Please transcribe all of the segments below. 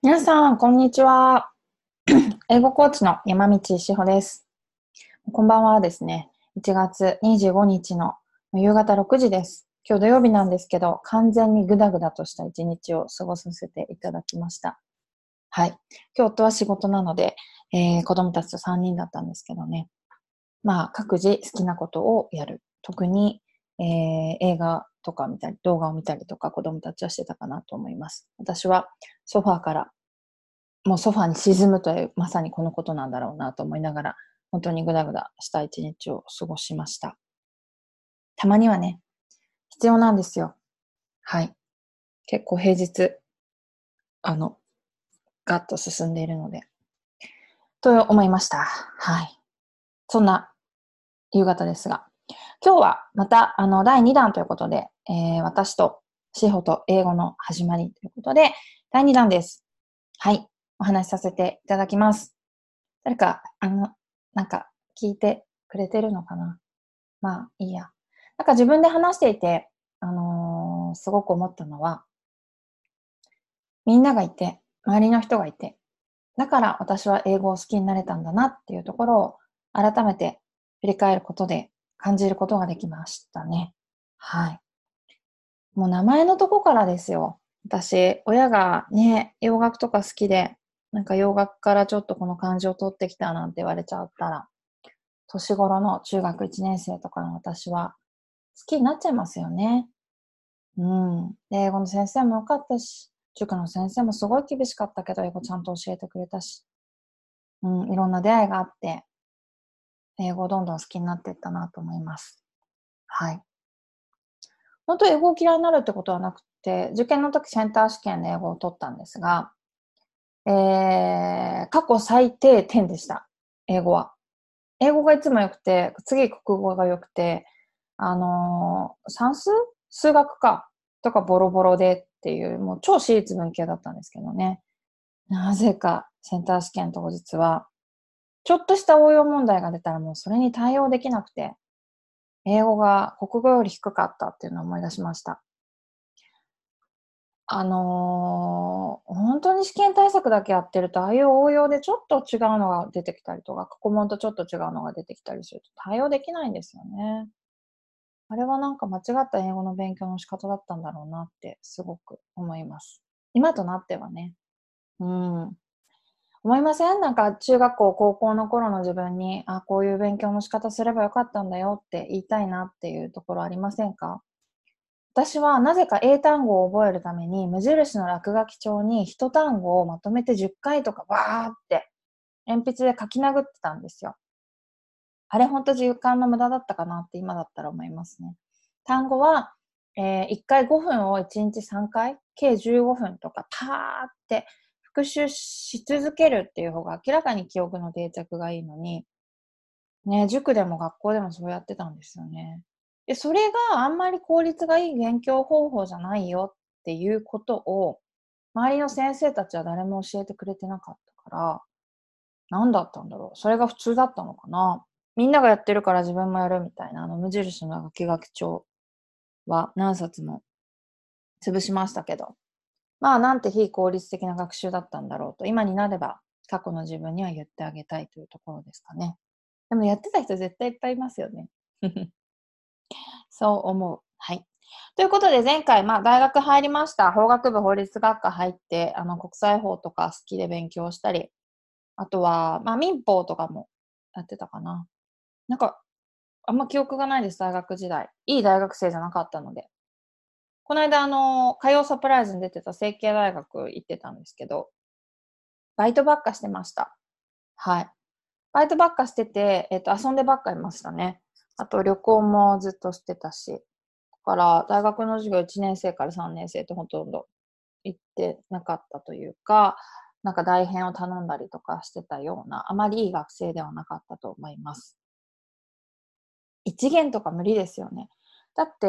皆さん、こんにちは。英語コーチの山道志保です。こんばんはですね。1月25日の夕方6時です。今日土曜日なんですけど、完全にグダグダとした一日を過ごさせていただきました。はい。今日夫は仕事なので、子供たちと3人だったんですけどね。各自好きなことをやる。特に、映画とか見たり、動画を見たりとか子供たちはしてたかなと思います。私はソファーからもうソファに沈むという、まさにこのことなんだろうなと思いながら、本当にグダグダした一日を過ごしました。たまにはね、必要なんですよ。はい。結構平日、あの、ガッと進んでいるので、と思いました。はい。そんな夕方ですが、今日はまた、第2弾ということで、私と志保と英語の始まりということで、第2弾です。はい。お話しさせていただきます。誰か、なんか聞いてくれてるのかな。まあ、いいや。なんか自分で話していて、すごく思ったのは、みんながいて、周りの人がいて、だから私は英語を好きになれたんだなっていうところを改めて振り返ることで感じることができましたね。はい。もう名前のとこからですよ。私、親がね、洋楽とか好きで、なんか洋楽からちょっとこの漢字を取ってきたなんて言われちゃったら、年頃の中学1年生とかの私は好きになっちゃいますよね。うん。で、英語の先生も良かったし、塾の先生もすごい厳しかったけど、英語ちゃんと教えてくれたし、うん、いろんな出会いがあって、英語をどんどん好きになっていったなと思います。はい。本当英語を嫌いになるってことはなくて、受験の時センター試験で英語を取ったんですが、過去最低点でした。英語は。英語がいつも良くて、次国語が良くて、算数数学かとかボロボロでっていう、もう超私立文系だったんですけどね。なぜかセンター試験当日は、ちょっとした応用問題が出たらもうそれに対応できなくて、英語が国語より低かったっていうのを思い出しました。本当に試験対策だけやってると、ああいう応用でちょっと違うのが出てきたりとか、過去問とちょっと違うのが出てきたりすると対応できないんですよね。あれはなんか間違った英語の勉強の仕方だったんだろうなってすごく思います。今となってはね。うん。思いません？なんか中学校、高校の頃の自分に、あ、こういう勉強の仕方すればよかったんだよって言いたいなっていうところありませんか？私はなぜか英単語を覚えるために無印の落書き帳に一単語をまとめて10回とかバーって鉛筆で書き殴ってたんですよ。あれ本当時間の無駄だったかなって今だったら思いますね。単語は、1回5分を1日3回、計15分とかパーって復習し続けるっていう方が明らかに記憶の定着がいいのに、ね、塾でも学校でもそうやってたんですよね。で、それがあんまり効率がいい勉強方法じゃないよっていうことを、周りの先生たちは誰も教えてくれてなかったから、何だったんだろう。それが普通だったのかな。みんながやってるから自分もやるみたいな、無印の書き帳は何冊も潰しましたけど、まあなんて非効率的な学習だったんだろうと、今になれば過去の自分には言ってあげたいというところですかね。でもやってた人絶対いっぱいいますよね。そう思う。はい。ということで前回、大学入りました。法学部法律学科入って、国際法とか好きで勉強したり、あとは、民法とかもやってたかな。なんか、あんま記憶がないです、大学時代。いい大学生じゃなかったので。この間、火曜サプライズに出てた成蹊大学行ってたんですけど、バイトばっかしてました。はい。バイトばっかしてて、遊んでばっかいましたね。あと旅行もずっとしてたし。だから大学の授業1年生から3年生とほとんど行ってなかったというか、なんか代編を頼んだりとかしてたような、あまりいい学生ではなかったと思います。一元とか無理ですよね。だって、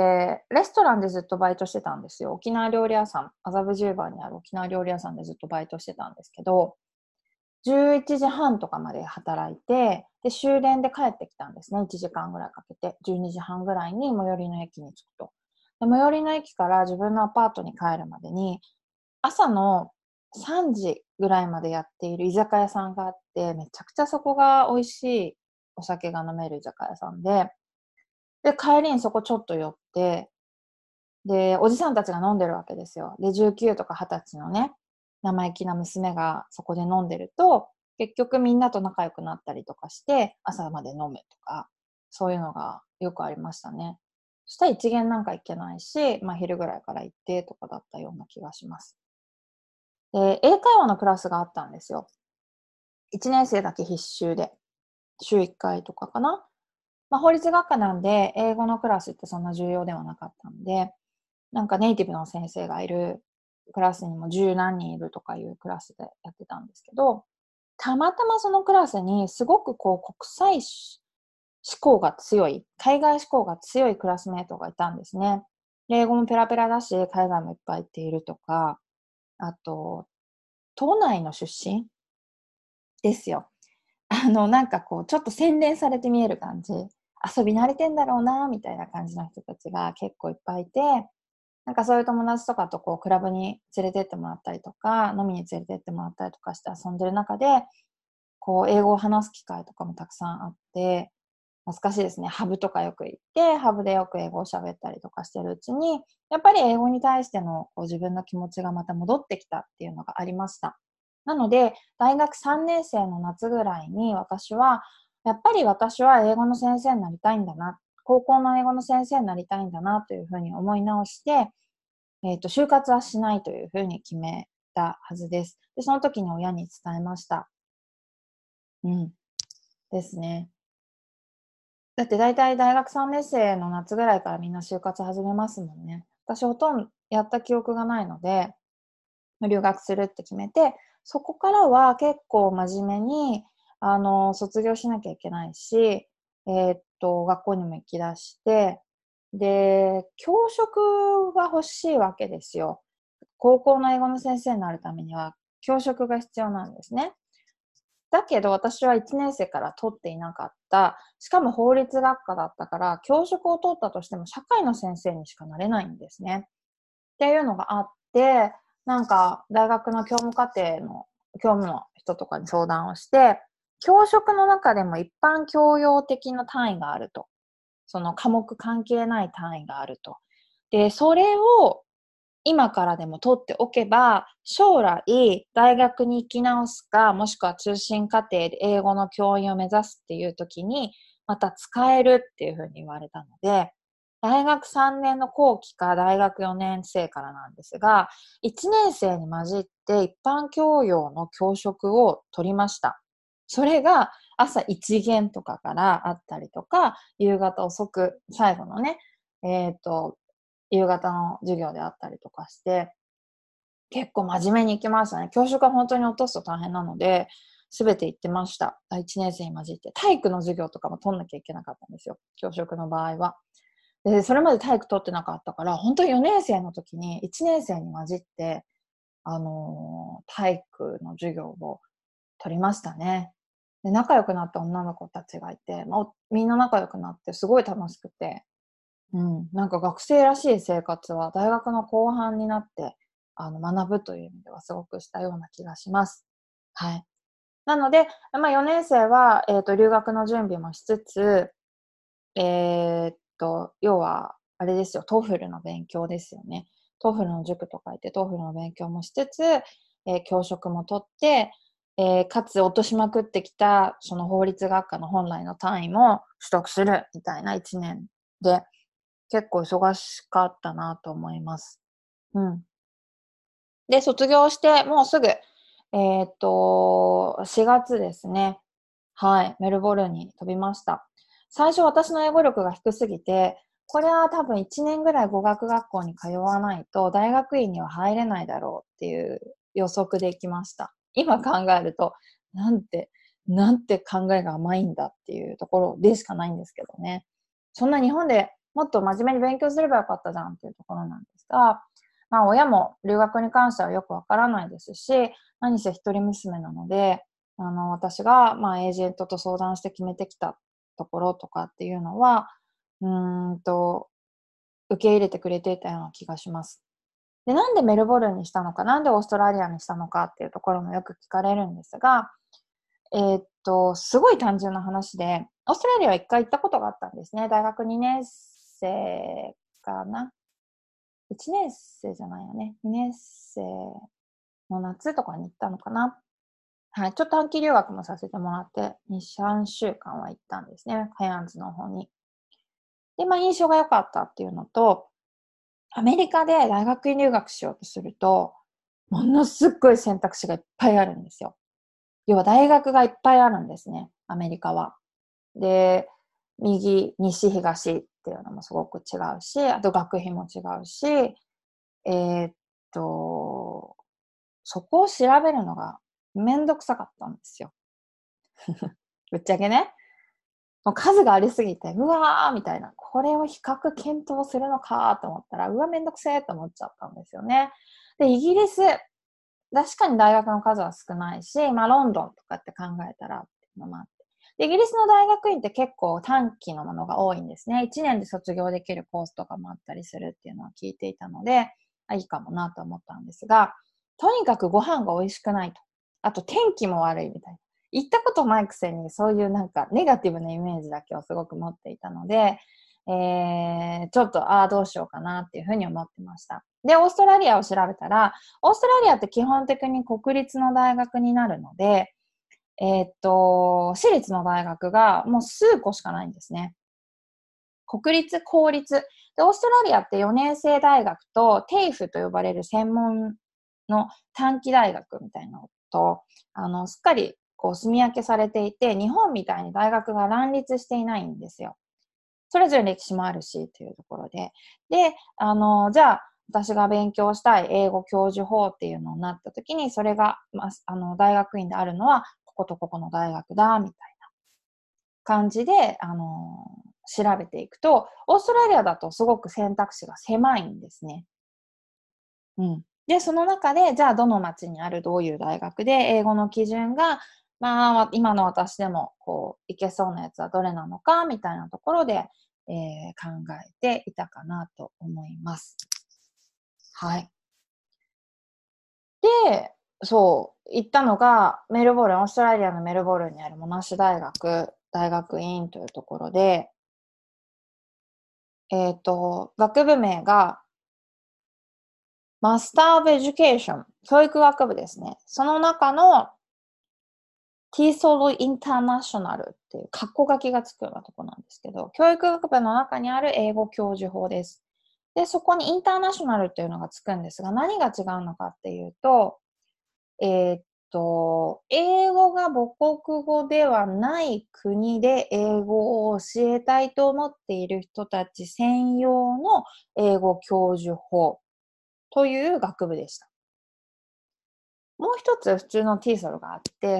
レストランでずっとバイトしてたんですよ。沖縄料理屋さん、麻布十番にある沖縄料理屋さんでずっとバイトしてたんですけど、11時半とかまで働いて、で、終電で帰ってきたんですね。1時間ぐらいかけて。12時半ぐらいに最寄りの駅に着くと。で、最寄りの駅から自分のアパートに帰るまでに、朝の 3時ぐらいまでやっている居酒屋さんがあって、めちゃくちゃそこが美味しいお酒が飲める居酒屋さんで、で、帰りにそこちょっと寄って、で、おじさんたちが飲んでるわけですよ。で、19とか20歳のね、生意気な娘がそこで飲んでると、結局みんなと仲良くなったりとかして、朝まで飲むとか、そういうのがよくありましたね。そしたら一元なんか行けないし、まあ昼ぐらいから行ってとかだったような気がします。で、英会話のクラスがあったんですよ。1年生だけ必修で、週1回とかかな。まあ法律学科なんで、英語のクラスってそんな重要ではなかったんで、なんかネイティブの先生がいるクラスにも十何人いるとかいうクラスでやってたんですけど、たまたまそのクラスにすごくこう国際志向が強い、海外志向が強いクラスメートがいたんですね。英語もペラペラだし、海外もいっぱい行っているとか、あと、都内の出身ですよ。なんかこう、ちょっと洗練されて見える感じ。遊び慣れてんだろうな、みたいな感じの人たちが結構いっぱいいて、なんかそういう友達とかとこう、クラブに連れてってもらったりとか、飲みに連れてってもらったりとかして遊んでる中で、こう、英語を話す機会とかもたくさんあって、懐かしいですね。ハブとかよく行って、ハブでよく英語を喋ったりとかしてるうちに、やっぱり英語に対してのこう自分の気持ちがまた戻ってきたっていうのがありました。なので、大学3年生の夏ぐらいに私は、やっぱり私は英語の先生になりたいんだな、高校の英語の先生になりたいんだなというふうに思い直して、就活はしないというふうに決めたはずです。で、その時に親に伝えました。うん。ですね。だって大体大学3年生の夏ぐらいからみんな就活始めますもんね。私ほとんどやった記憶がないので、留学するって決めて、そこからは結構真面目に、卒業しなきゃいけないし、学校にも行き出して、で、教職が欲しいわけですよ。高校の英語の先生になるためには、教職が必要なんですね。だけど私は1年生から取っていなかった。しかも法律学科だったから、教職を取ったとしても社会の先生にしかなれないんですね。っていうのがあって、なんか大学の教務課程の教務の人とかに相談をして、教職の中でも一般教養的な単位があると。その科目関係ない単位があると。で、それを今からでも取っておけば、将来大学に行き直すか、もしくは通信課程で英語の教員を目指すっていう時に、また使えるっていうふうに言われたので、大学3年の後期か大学4年生からなんですが、1年生に混じって一般教養の教職を取りました。それが朝1限とかからあったりとか、夕方遅く、最後のね、夕方の授業であったりとかして、結構真面目に行きましたね。教職は本当に落とすと大変なので、すべて行ってました。1年生に混じって。体育の授業とかも取んなきゃいけなかったんですよ。教職の場合は。で、それまで体育取ってなかったから、本当に4年生の時に1年生に混じって、体育の授業を取りましたね。で、仲良くなった女の子たちがいて、みんな仲良くなってすごい楽しくて、うん、なんか学生らしい生活は大学の後半になって、学ぶという意味ではすごくしたような気がします。はい。なので、まあ、4年生は、留学の準備もしつつ、要は、あれですよ、トーフルの勉強ですよね。トーフルの塾とか行って、トーフルの勉強もしつつ、教職も取って、かつ落としまくってきた、その法律学科の本来の単位も取得するみたいな1年で、結構忙しかったなと思います。うん。で、卒業して、もうすぐ、4月ですね。はい、メルボルンに飛びました。最初私の英語力が低すぎて、これは多分1年ぐらい語学学校に通わないと大学院には入れないだろうっていう予測で行きました。今考えると、なんて、なんて考えが甘いんだっていうところでしかないんですけどね。そんな日本でもっと真面目に勉強すればよかったじゃんっていうところなんですが、まあ親も留学に関してはよくわからないですし、何せ一人娘なので、私が、まあ、エージェントと相談して決めてきたところとかっていうのは、うーんと、受け入れてくれていたような気がします。 で、なんでメルボルンにしたのか、なんでオーストラリアにしたのかっていうところもよく聞かれるんですが、すごい単純な話で、オーストラリアは一回行ったことがあったんですね。大学2年生かな。1年生じゃないよね。2年生の夏とかに行ったのかな。はい。ちょっと短期留学もさせてもらって、2、3週間は行ったんですね。ケアンズの方に。で、まあ印象が良かったっていうのと、アメリカで大学院留学しようとすると、ものすっごい選択肢がいっぱいあるんですよ。要は大学がいっぱいあるんですね、アメリカは。で、右、西、東っていうのもすごく違うし、あと学費も違うし、えーっと、そこを調べるのがめんどくさかったんですよ。ぶっちゃけね。もう数がありすぎて、うわーみたいな、これを比較検討するのかと思ったら、うわ、めんどくせーと思っちゃったんですよね。で、イギリス、確かに大学の数は少ないし、まあ、ロンドンとかって考えたらっていうのもあって。で、イギリスの大学院って結構短期のものが多いんですね。1年で卒業できるコースとかもあったりするっていうのは聞いていたので、いいかもなと思ったんですが、とにかくご飯が美味しくないと。あと天気も悪いみたいな。行ったことないくせにそういうなんかネガティブなイメージだけをすごく持っていたので、ちょっと、どうしようかなっていうふうに思ってました。で、オーストラリアを調べたら、オーストラリアって基本的に国立の大学になるので、私立の大学がもう数個しかないんですね。国立、公立。で、オーストラリアって4年生大学と、テイフと呼ばれる専門の短期大学みたいなのと、すっかりこう住み分けされていて、日本みたいに大学が乱立していないんですよ。それぞれ歴史もあるし、というところで。で、じゃあ、私が勉強したい英語教授法っていうのになった時に、それが、大学院であるのは、こことここの大学だ、みたいな感じで、調べていくと、オーストラリアだとすごく選択肢が狭いんですね。うん。で、その中で、じゃあどの町にあるどういう大学で、英語の基準が、まあ、今の私でも、こう、いけそうなやつはどれなのか、みたいなところで、考えていたかなと思います。はい。で、そう、行ったのが、メルボルン、オーストラリアのメルボルンにあるモナッシュ大学、大学院というところで、学部名が、マスター・オブ・エデュケーション、教育学部ですね。その中の、ティーソル・インターナショナルっていう括弧書きがつくようなとこなんですけど、教育学部の中にある英語教授法です。で、そこにインターナショナルっていうのがつくんですが、何が違うのかっていうと、えーっ英語が母国語ではない国で英語を教えたいと思っている人たち専用の英語教授法という学部でした。もう一つ普通のティーソルがあって、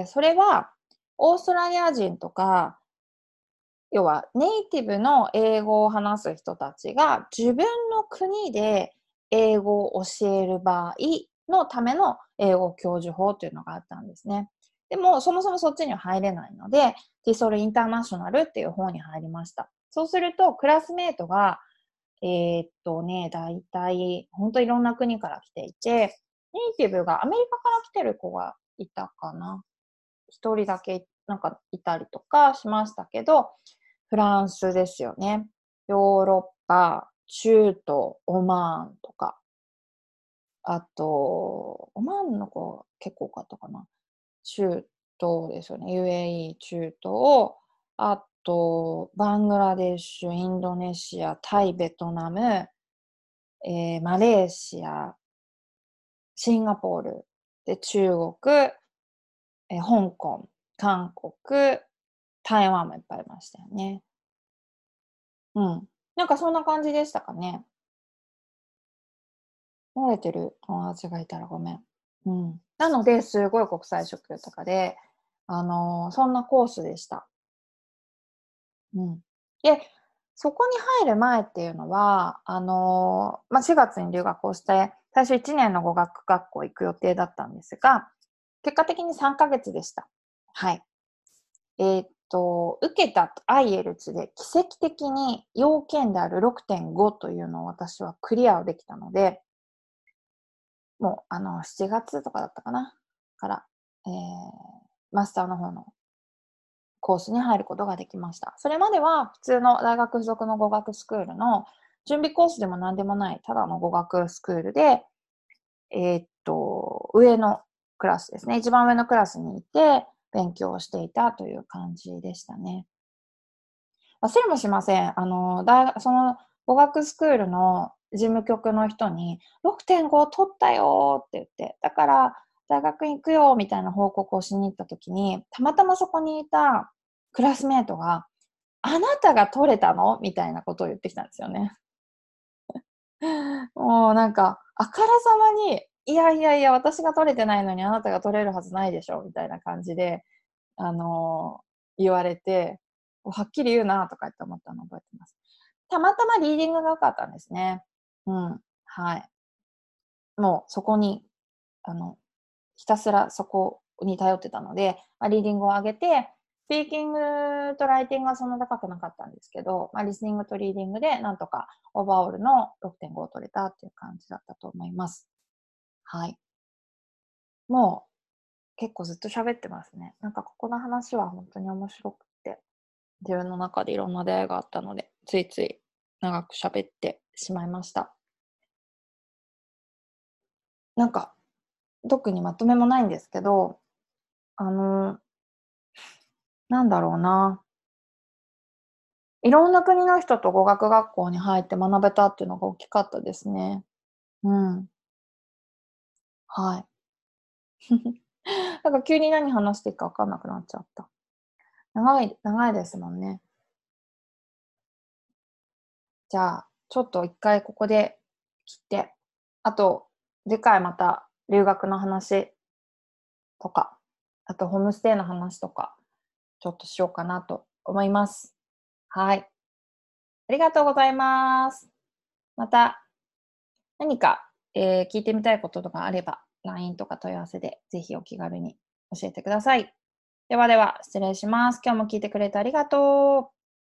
それはオーストラリア人とか、要はネイティブの英語を話す人たちが自分の国で英語を教える場合のための英語教授法というのがあったんですね。でもそもそもそっちには入れないので、ティソルインターナショナルっていう方に入りました。そうするとクラスメートが、大体本当いろんな国から来ていて、ネイティブがアメリカから来てる子がいたかな。一人だけなんかいたりとかしましたけど、フランスですよね。ヨーロッパ、中東、オマーンとか。あと、オマーンの子結構多かったかな。中東ですよね。UAE、中東。あと、バングラデシュ、インドネシア、タイ、ベトナム、マレーシア、シンガポール、で、中国、香港、韓国、台湾もいっぱいいましたよね。うん。なんかそんな感じでしたかね。漏れてる友達がいたらごめん。うん。なので、すごい国際色豊かで、そんなコースでした。うん。で、そこに入る前っていうのは、4月に留学をして、最初1年の語学学校行く予定だったんですが、結果的に3ヶ月でした。はい。受けた IELTS で奇跡的に要件である6.5というのを私はクリアできたので、 もう7月とかだったかなから、マスターの方のコースに入ることができました。それまでは普通の大学付属の語学スクールの準備コースでも何でもない、ただの語学スクールで、上のクラスですね。一番上のクラスにいて勉強をしていたという感じでしたね。忘れもしません。その語学スクールの事務局の人に6.5 取ったよって言って、だから大学に行くよみたいな報告をしに行った時に、たまたまそこにいたクラスメートが、あなたが取れたのみたいなことを言ってきたんですよね。もうなんか、あからさまに、いやいやいや、私が取れてないのにあなたが取れるはずないでしょみたいな感じで、あの言われて、はっきり言うなとかって思ったのを覚えてます。たまたまリーディングが良かったんですね。うん。はい。もうそこに、あの、ひたすらそこに頼ってたので、リーディングを上げて、スピーキングとライティングはそんな高くなかったんですけど、リスニングとリーディングでなんとかオーバーオールの 6.5 を取れたっていう感じだったと思います。はい。もう結構ずっと喋ってますね。なんかここの話は本当に面白くて、自分の中でいろんな出会いがあったので、ついつい長く喋ってしまいました。なんか、特にまとめもないんですけど、あの、なんだろうな。いろんな国の人と語学学校に入って学べたっていうのが大きかったですね。うん。はい。なんか急に何話していいか分かんなくなっちゃった。長いですもんね。じゃあ、ちょっと一回ここで切って、あと、次回また留学の話とか、あとホームステイの話とか、ちょっとしようかなと思います。はい。ありがとうございます。また何か、聞いてみたいこととかあれば、LINE とか問い合わせでぜひお気軽に教えてください。ではでは、失礼します。今日も聞いてくれてありがとう。